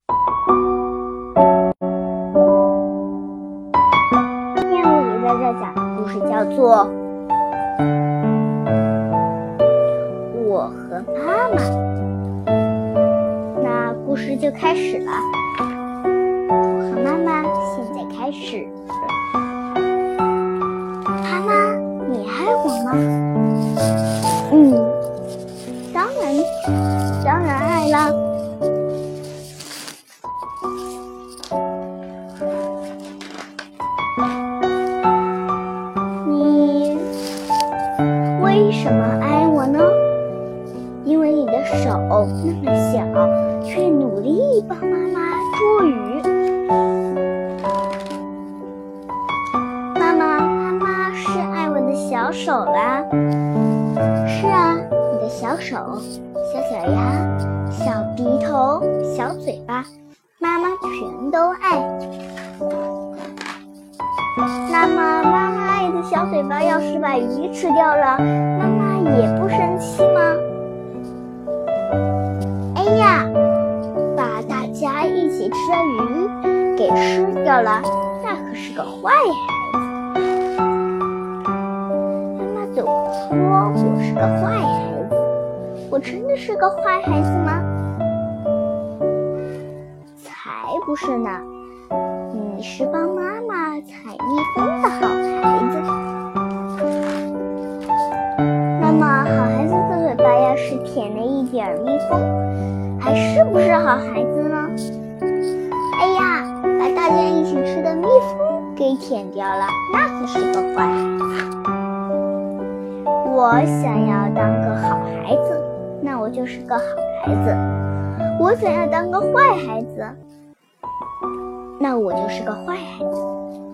今天我给大家讲的故事叫做我和妈妈。那故事就开始了。我和妈妈现在开始。妈妈，你爱我吗？当然爱了。你为什么爱我呢？因为你的手那么小，却努力帮妈妈捉鱼。妈妈是爱我的小手啦。是啊，你的小手、小脚丫、小鼻头、小嘴巴，妈妈全都爱。那么妈妈爱的小嘴巴要是把鱼吃掉了，妈妈也不生气吗？哎呀，把大家一起吃的鱼给吃掉了，那可是个坏孩子。妈妈总说我是个坏孩子，我真的是个坏孩子吗？才不是呢，你是帮妈妈采蜜蜂的好孩子。那么好孩子的嘴巴要是舔了一点蜜蜂，还是不是好孩子呢？哎呀，把大家一起吃的蜜蜂给舔掉了，那可是个坏孩子。我想要当个好孩子，那我就是个好孩子。我想要当个坏孩子，那我就是个坏孩子。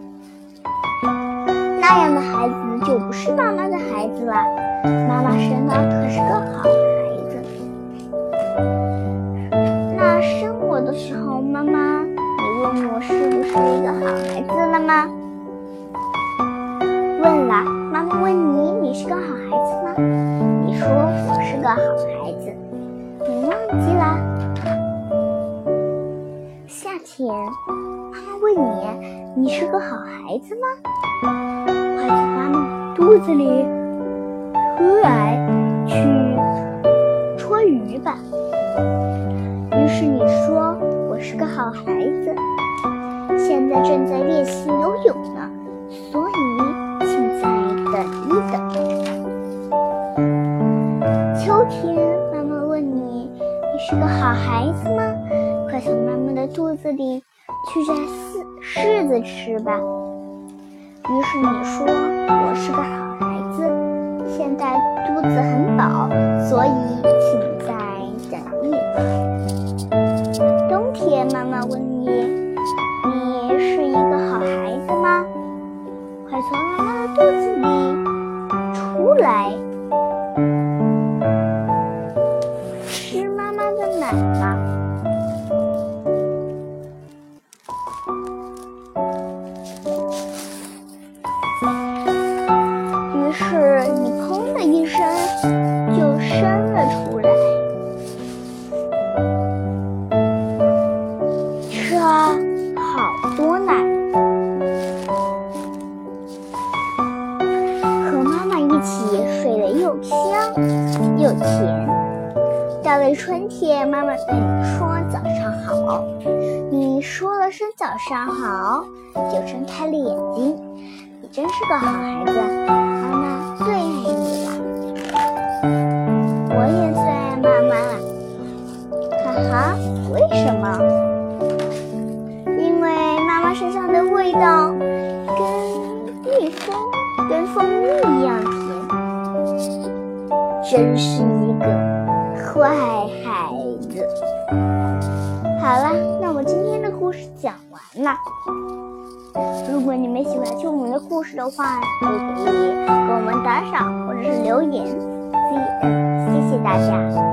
那样的孩子就不是妈妈的孩子了。妈妈生的可是个好孩子。那生我的时候，妈妈，你问我是不是一个好孩子了吗？问了。妈妈问你，你是个好孩子吗？你说我是个好孩子，你忘记了？夏天，妈妈问你，你是个好孩子吗？快从妈妈肚子里出来去捉鱼吧。于是你说我是个好孩子，现在正在练习游泳呢，所以请再等一等。秋天，妈妈问你，你是个好孩子吗？快从妈妈的肚子里去摘柿子吃吧。于是你说我是个好孩子，现在肚子很饱，所以请再等一等。冬天，妈妈问你，你是一个好孩子吗？快从妈妈的肚子里出来，吃妈妈的奶吧。于是你砰的一声就生了出来。吃啊，好多奶。和妈妈一起睡得又香又甜。到了春天，妈妈对你说早上好，你说了声早上好，就睁开了眼睛。你真是个好孩子，妈妈最爱你了。我也最爱妈妈了。哈哈，为什么？因为妈妈身上的味道跟蜂蜜一样甜。真是一个坏孩子。好了，那我今天的故事讲完了。如果你们喜欢听我们的故事的话，就可以给我们打赏或者是留言。谢谢大家。